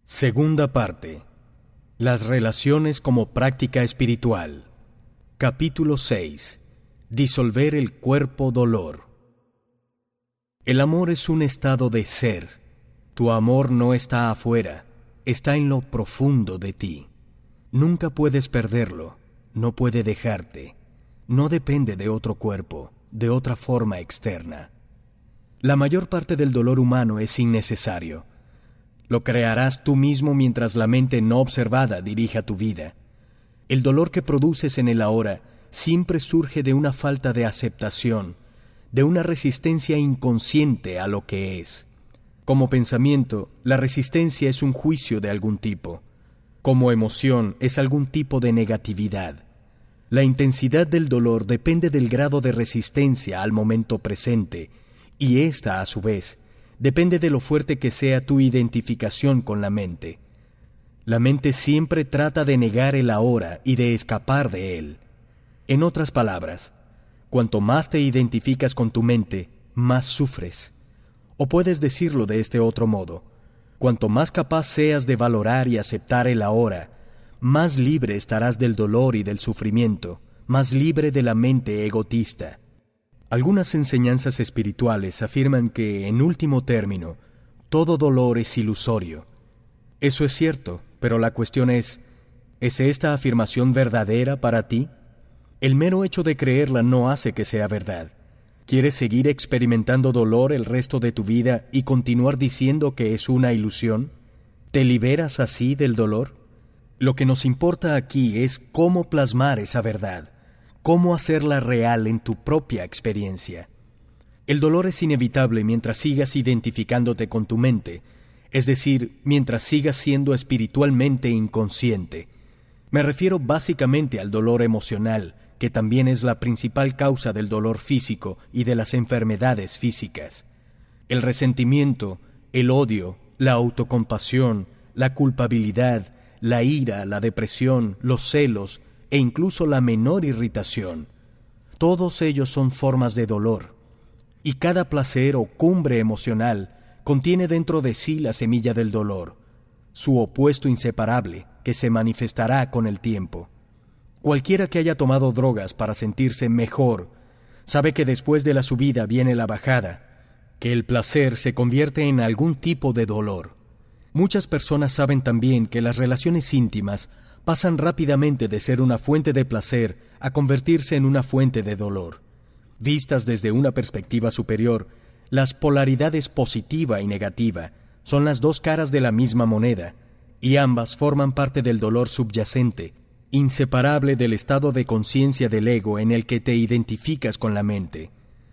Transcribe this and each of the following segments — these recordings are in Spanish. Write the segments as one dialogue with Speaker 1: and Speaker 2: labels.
Speaker 1: Segunda parte. Las relaciones como práctica espiritual. Capítulo 6. Disolver el cuerpo dolor. El amor es un estado de ser. Tu amor no está afuera, está en lo profundo de ti. Nunca puedes perderlo, no puede dejarte. No depende de otro cuerpo, de otra forma externa. La mayor parte del dolor humano es innecesario. Lo crearás tú mismo mientras la mente no observada dirija tu vida. El dolor que produces en el ahora siempre surge de una falta de aceptación, de una resistencia inconsciente a lo que es. Como pensamiento, la resistencia es un juicio de algún tipo. Como emoción, es algún tipo de negatividad. La intensidad del dolor depende del grado de resistencia al momento presente, y ésta, a su vez, depende de lo fuerte que sea tu identificación con la mente. La mente siempre trata de negar el ahora y de escapar de él. En otras palabras, cuanto más te identificas con tu mente, más sufres. O puedes decirlo de este otro modo: cuanto más capaz seas de valorar y aceptar el ahora, más libre estarás del dolor y del sufrimiento, más libre de la mente egotista. Algunas enseñanzas espirituales afirman que, en último término, todo dolor es ilusorio. Eso es cierto, pero la cuestión ¿es esta afirmación verdadera para ti? El mero hecho de creerla no hace que sea verdad. ¿Quieres seguir experimentando dolor el resto de tu vida y continuar diciendo que es una ilusión? ¿Te liberas así del dolor? Lo que nos importa aquí es cómo plasmar esa verdad, cómo hacerla real en tu propia experiencia. El dolor es inevitable mientras sigas identificándote con tu mente, es decir, mientras sigas siendo espiritualmente inconsciente. Me refiero básicamente al dolor emocional, que también es la principal causa del dolor físico y de las enfermedades físicas. El resentimiento, el odio, la autocompasión, la culpabilidad, la ira, la depresión, los celos e incluso la menor irritación. Todos ellos son formas de dolor. Y cada placer o cumbre emocional contiene dentro de sí la semilla del dolor, su opuesto inseparable, que se manifestará con el tiempo. Cualquiera que haya tomado drogas para sentirse mejor, sabe que después de la subida viene la bajada, que el placer se convierte en algún tipo de dolor. Muchas personas saben también que las relaciones íntimas pasan rápidamente de ser una fuente de placer a convertirse en una fuente de dolor. Vistas desde una perspectiva superior, las polaridades positiva y negativa son las dos caras de la misma moneda, y ambas forman parte del dolor subyacente, inseparable del estado de conciencia del ego en el que te identificas con la mente.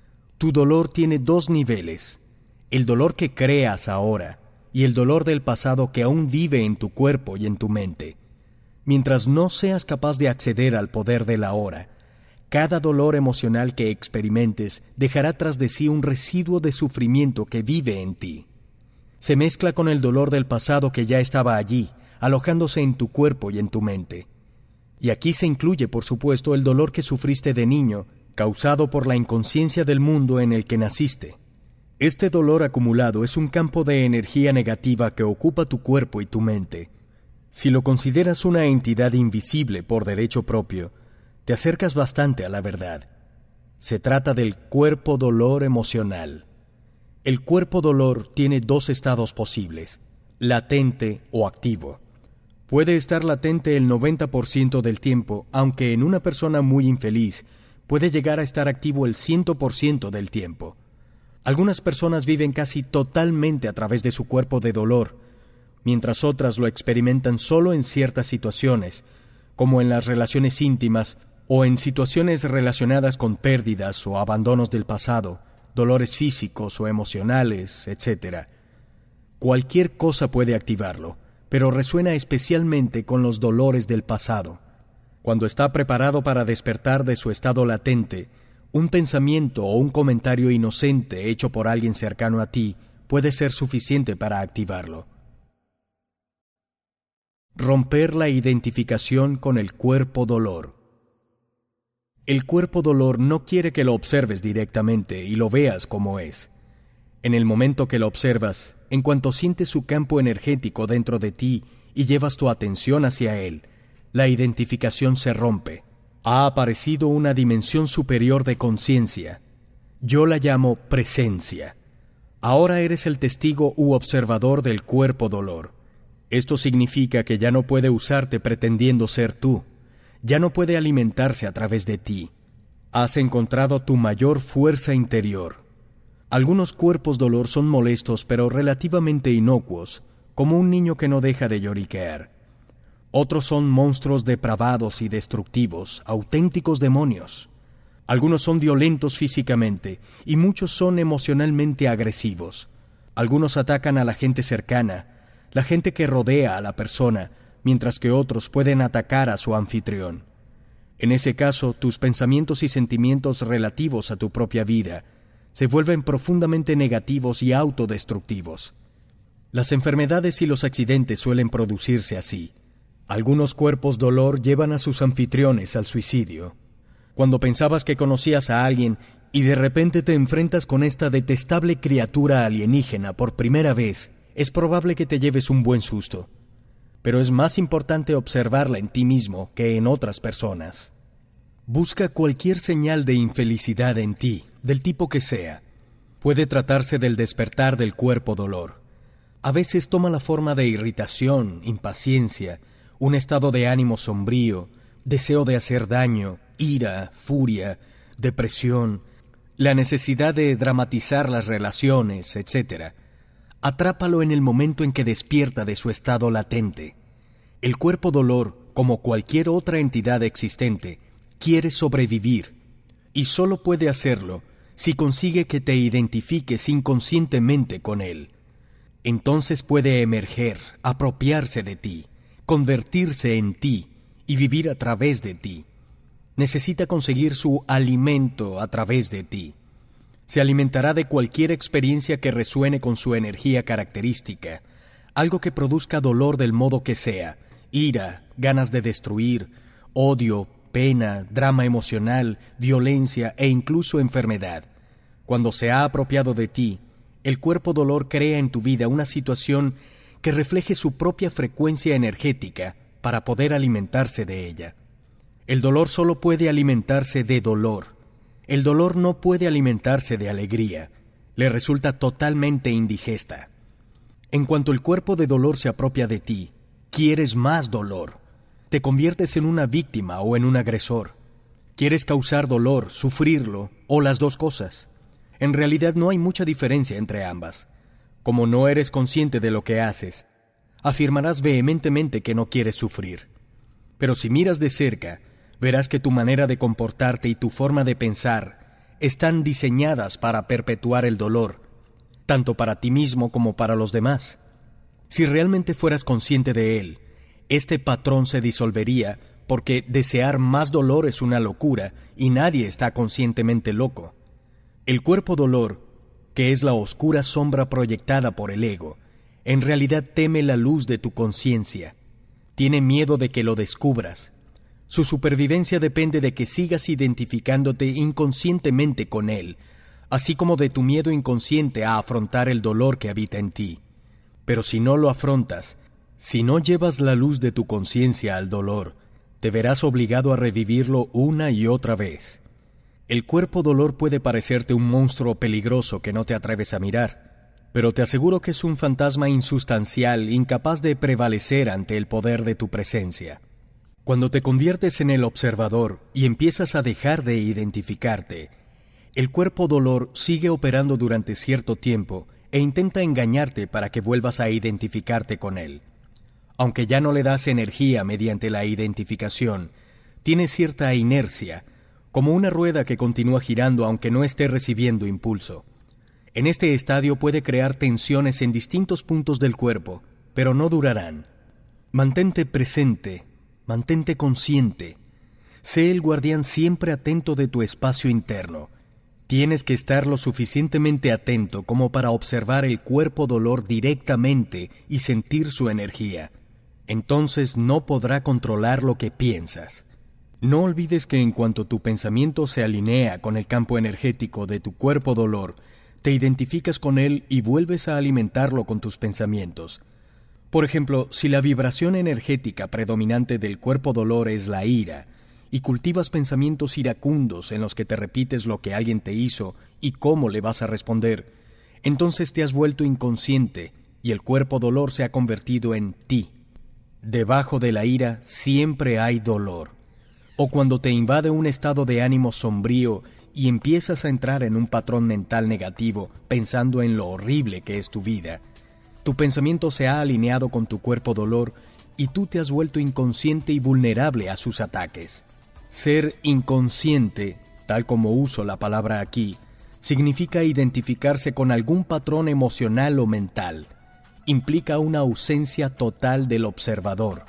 Speaker 1: Tu dolor tiene dos niveles: el dolor que creas ahora y el dolor del pasado que aún vive en tu cuerpo y en tu mente. Mientras no seas capaz de acceder al poder del ahora, cada dolor emocional que experimentes dejará tras de sí un residuo de sufrimiento que vive en ti. Se mezcla con el dolor del pasado que ya estaba allí, alojándose en tu cuerpo y en tu mente. Y aquí se incluye, por supuesto, el dolor que sufriste de niño, causado por la inconsciencia del mundo en el que naciste. Este dolor acumulado es un campo de energía negativa que ocupa tu cuerpo y tu mente. Si lo consideras una entidad invisible por derecho propio, te acercas bastante a la verdad. Se trata del cuerpo dolor emocional. El cuerpo dolor tiene dos estados posibles: latente o activo. Puede estar latente el 90% del tiempo, aunque en una persona muy infeliz puede llegar a estar activo el 100% del tiempo. Algunas personas viven casi totalmente a través de su cuerpo de dolor, mientras otras lo experimentan solo en ciertas situaciones, como en las relaciones íntimas o en situaciones relacionadas con pérdidas o abandonos del pasado, dolores físicos o emocionales, etc. Cualquier cosa puede activarlo, pero resuena especialmente con los dolores del pasado. Cuando está preparado para despertar de su estado latente, un pensamiento o un comentario inocente hecho por alguien cercano a ti puede ser suficiente para activarlo. Romper la identificación con el cuerpo dolor. El cuerpo dolor no quiere que lo observes directamente y lo veas como es. En el momento que lo observas, en cuanto sientes su campo energético dentro de ti y llevas tu atención hacia él, la identificación se rompe. Ha aparecido una dimensión superior de conciencia. Yo la llamo presencia. Ahora eres el testigo u observador del cuerpo dolor. Esto significa que ya no puede usarte pretendiendo ser tú. Ya no puede alimentarse a través de ti. Has encontrado tu mayor fuerza interior. Algunos cuerpos dolor son molestos pero relativamente inocuos, como un niño que no deja de lloriquear. Otros son monstruos depravados y destructivos, auténticos demonios. Algunos son violentos físicamente y muchos son emocionalmente agresivos. Algunos atacan a la gente cercana, la gente que rodea a la persona, mientras que otros pueden atacar a su anfitrión. En ese caso, tus pensamientos y sentimientos relativos a tu propia vida se vuelven profundamente negativos y autodestructivos. Las enfermedades y los accidentes suelen producirse así. Algunos cuerpos dolor llevan a sus anfitriones al suicidio. Cuando pensabas que conocías a alguien y de repente te enfrentas con esta detestable criatura alienígena por primera vez, es probable que te lleves un buen susto. Pero es más importante observarla en ti mismo que en otras personas. Busca cualquier señal de infelicidad en ti, del tipo que sea. Puede tratarse del despertar del cuerpo dolor. A veces toma la forma de irritación, impaciencia, un estado de ánimo sombrío, deseo de hacer daño, ira, furia, depresión, la necesidad de dramatizar las relaciones, etc. Atrápalo en el momento en que despierta de su estado latente. El cuerpo dolor, como cualquier otra entidad existente, quiere sobrevivir, y solo puede hacerlo si consigue que te identifiques inconscientemente con él. Entonces puede emerger, apropiarse de ti, convertirse en ti y vivir a través de ti. Necesita conseguir su alimento a través de ti. Se alimentará de cualquier experiencia que resuene con su energía característica, algo que produzca dolor del modo que sea, ira, ganas de destruir, odio, pena, drama emocional, violencia e incluso enfermedad. Cuando se ha apropiado de ti, el cuerpo dolor crea en tu vida una situación que refleje su propia frecuencia energética para poder alimentarse de ella. El dolor solo puede alimentarse de dolor. El dolor no puede alimentarse de alegría. Le resulta totalmente indigesta. En cuanto el cuerpo de dolor se apropia de ti, quieres más dolor. Te conviertes en una víctima o en un agresor. Quieres causar dolor, sufrirlo, o las dos cosas. En realidad no hay mucha diferencia entre ambas. Como no eres consciente de lo que haces, afirmarás vehementemente que no quieres sufrir. Pero si miras de cerca, verás que tu manera de comportarte y tu forma de pensar están diseñadas para perpetuar el dolor, tanto para ti mismo como para los demás. Si realmente fueras consciente de él, este patrón se disolvería porque desear más dolor es una locura y nadie está conscientemente loco. El cuerpo dolor, que es la oscura sombra proyectada por el ego, en realidad teme la luz de tu conciencia. Tiene miedo de que lo descubras. Su supervivencia depende de que sigas identificándote inconscientemente con él, así como de tu miedo inconsciente a afrontar el dolor que habita en ti. Pero si no lo afrontas, si no llevas la luz de tu conciencia al dolor, te verás obligado a revivirlo una y otra vez. El cuerpo dolor puede parecerte un monstruo peligroso que no te atreves a mirar, pero te aseguro que es un fantasma insustancial, incapaz de prevalecer ante el poder de tu presencia. Cuando te conviertes en el observador y empiezas a dejar de identificarte, el cuerpo dolor sigue operando durante cierto tiempo e intenta engañarte para que vuelvas a identificarte con él. Aunque ya no le das energía mediante la identificación, tiene cierta inercia, como una rueda que continúa girando aunque no esté recibiendo impulso. En este estadio puede crear tensiones en distintos puntos del cuerpo, pero no durarán. Mantente presente, mantente consciente. Sé el guardián siempre atento de tu espacio interno. Tienes que estar lo suficientemente atento como para observar el cuerpo dolor directamente y sentir su energía. Entonces no podrá controlar lo que piensas. No olvides que en cuanto tu pensamiento se alinea con el campo energético de tu cuerpo dolor, Te identificas con él y vuelves a alimentarlo con tus pensamientos. Por ejemplo, si la vibración energética predominante del cuerpo dolor es la ira, y cultivas pensamientos iracundos en los que te repites lo que alguien te hizo y cómo le vas a responder, entonces te has vuelto inconsciente y el cuerpo dolor se ha convertido en ti. Debajo de la ira siempre hay dolor. O cuando te invade un estado de ánimo sombrío y empiezas a entrar en un patrón mental negativo pensando en lo horrible que es tu vida, tu pensamiento se ha alineado con tu cuerpo dolor y tú te has vuelto inconsciente y vulnerable a sus ataques. Ser inconsciente, tal como uso la palabra aquí, significa identificarse con algún patrón emocional o mental. Implica una ausencia total del observador.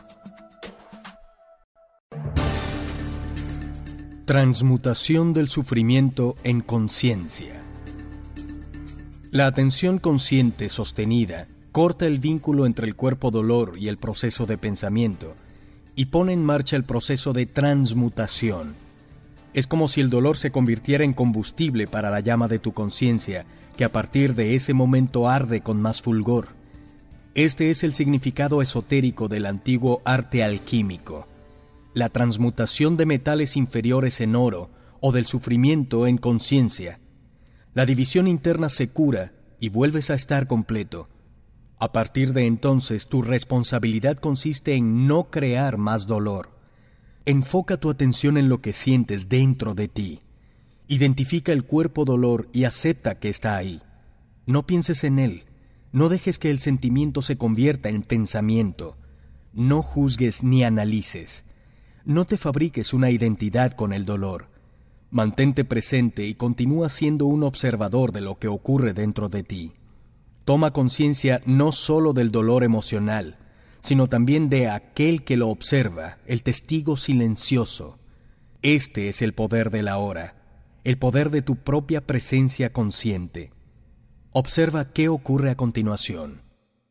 Speaker 1: Transmutación del sufrimiento en conciencia. La atención consciente sostenida corta el vínculo entre el cuerpo dolor y el proceso de pensamiento y pone en marcha el proceso de transmutación. Es como si el dolor se convirtiera en combustible para la llama de tu conciencia, que a partir de ese momento arde con más fulgor. Este es el significado esotérico del antiguo arte alquímico. La transmutación de metales inferiores en oro o del sufrimiento en conciencia. La división interna se cura y vuelves a estar completo. A partir de entonces, tu responsabilidad consiste en no crear más dolor. Enfoca tu atención en lo que sientes dentro de ti. Identifica el cuerpo dolor y acepta que está ahí. No pienses en él. No dejes que el sentimiento se convierta en pensamiento. No juzgues ni analices. No te fabriques una identidad con el dolor. Mantente presente y continúa siendo un observador de lo que ocurre dentro de ti. Toma conciencia no solo del dolor emocional, sino también de aquel que lo observa, el testigo silencioso. Este es el poder de la hora, el poder de tu propia presencia consciente. Observa qué ocurre a continuación.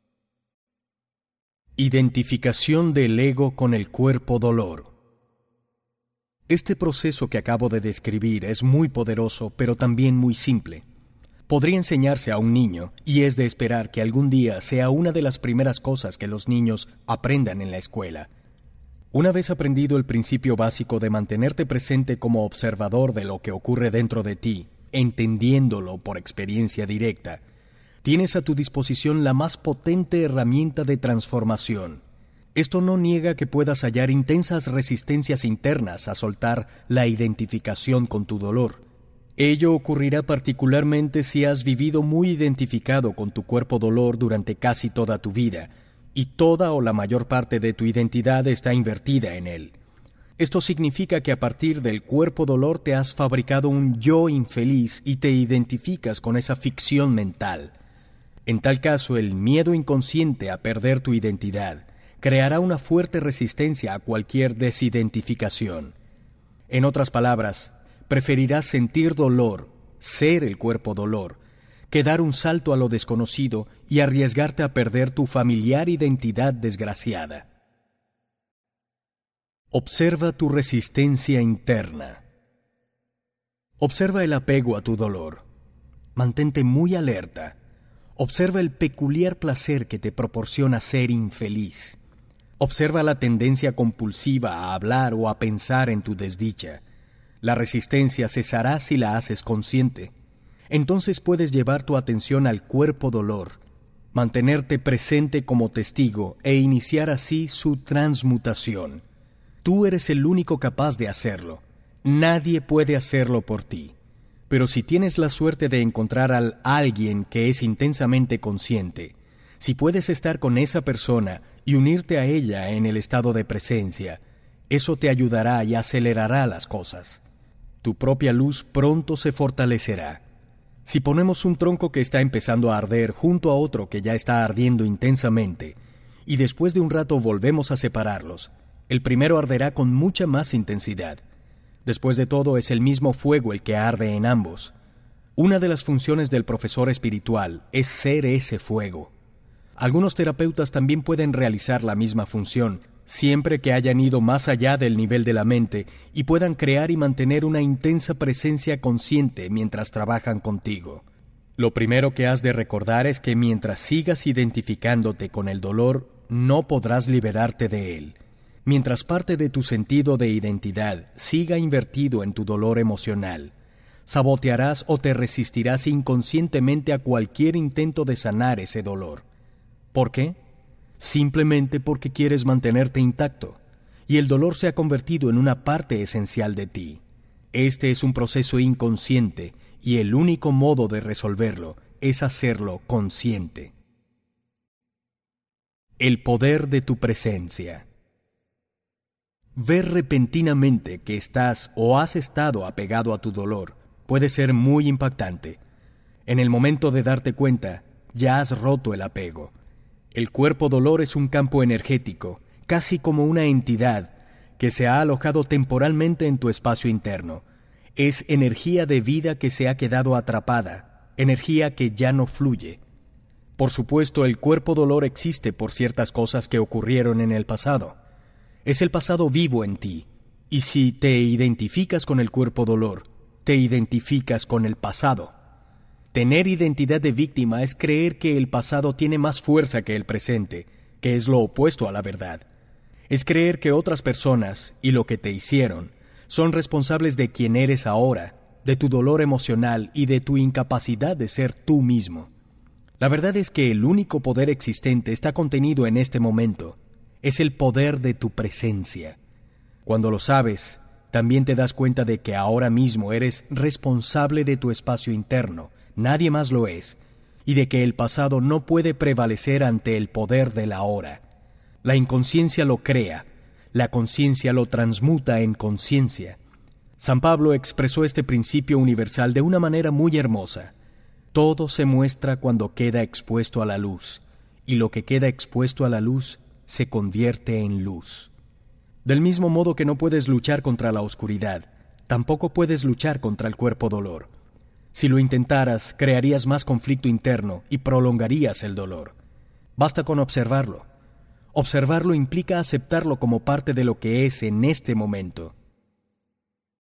Speaker 1: Identificación del ego con el cuerpo dolor. Este proceso que acabo de describir es muy poderoso, pero también muy simple. Podría enseñarse a un niño, y es de esperar que algún día sea una de las primeras cosas que los niños aprendan en la escuela. Una vez aprendido el principio básico de mantenerte presente como observador de lo que ocurre dentro de ti, entendiéndolo por experiencia directa, tienes a tu disposición la más potente herramienta de transformación. Esto no niega que puedas hallar intensas resistencias internas a soltar la identificación con tu dolor. Ello ocurrirá particularmente si has vivido muy identificado con tu cuerpo dolor durante casi toda tu vida, y toda o la mayor parte de tu identidad está invertida en él. Esto significa que a partir del cuerpo dolor te has fabricado un yo infeliz y te identificas con esa ficción mental. En tal caso, el miedo inconsciente a perder tu identidad creará una fuerte resistencia a cualquier desidentificación. En otras palabras, preferirás sentir dolor, ser el cuerpo dolor, que dar un salto a lo desconocido y arriesgarte a perder tu familiar identidad desgraciada. Observa tu resistencia interna. Observa el apego a tu dolor. Mantente muy alerta. Observa el peculiar placer que te proporciona ser infeliz. Observa la tendencia compulsiva a hablar o a pensar en tu desdicha. La resistencia cesará si la haces consciente. Entonces puedes llevar tu atención al cuerpo dolor, mantenerte presente como testigo e iniciar así su transmutación. Tú eres el único capaz de hacerlo. Nadie puede hacerlo por ti. Pero si tienes la suerte de encontrar a alguien que es intensamente consciente, si puedes estar con esa persona y unirte a ella en el estado de presencia, eso te ayudará y acelerará las cosas. Tu propia luz pronto se fortalecerá. Si ponemos un tronco que está empezando a arder junto a otro que ya está ardiendo intensamente, y después de un rato volvemos a separarlos, el primero arderá con mucha más intensidad. Después de todo, es el mismo fuego el que arde en ambos. Una de las funciones del profesor espiritual es ser ese fuego. Algunos terapeutas también pueden realizar la misma función, siempre que hayan ido más allá del nivel de la mente y puedan crear y mantener una intensa presencia consciente mientras trabajan contigo. Lo primero que has de recordar es que mientras sigas identificándote con el dolor, no podrás liberarte de él. Mientras parte de tu sentido de identidad siga invertido en tu dolor emocional, sabotearás o te resistirás inconscientemente a cualquier intento de sanar ese dolor. ¿Por qué? Simplemente porque quieres mantenerte intacto, y el dolor se ha convertido en una parte esencial de ti. Este es un proceso inconsciente, y el único modo de resolverlo es hacerlo consciente. El poder de tu presencia. Ver repentinamente que estás o has estado apegado a tu dolor puede ser muy impactante. En el momento de darte cuenta, ya has roto el apego. El cuerpo dolor es un campo energético, casi como una entidad, que se ha alojado temporalmente en tu espacio interno. Es energía de vida que se ha quedado atrapada, energía que ya no fluye. Por supuesto, el cuerpo dolor existe por ciertas cosas que ocurrieron en el pasado. Es el pasado vivo en ti, y si te identificas con el cuerpo dolor, te identificas con el pasado. Tener identidad de víctima es creer que el pasado tiene más fuerza que el presente, que es lo opuesto a la verdad. Es creer que otras personas y lo que te hicieron son responsables de quién eres ahora, de tu dolor emocional y de tu incapacidad de ser tú mismo. La verdad es que el único poder existente está contenido en este momento. Es el poder de tu presencia. Cuando lo sabes, también te das cuenta de que ahora mismo eres responsable de tu espacio interno, nadie más lo es, y de que el pasado no puede prevalecer ante el poder del ahora. La inconsciencia lo crea, la conciencia lo transmuta en conciencia. San Pablo expresó este principio universal de una manera muy hermosa. Todo se muestra cuando queda expuesto a la luz, y lo que queda expuesto a la luz se convierte en luz. Del mismo modo que no puedes luchar contra la oscuridad, tampoco puedes luchar contra el cuerpo dolor. Si lo intentaras, crearías más conflicto interno y prolongarías el dolor. Basta con observarlo. Observarlo implica aceptarlo como parte de lo que es en este momento.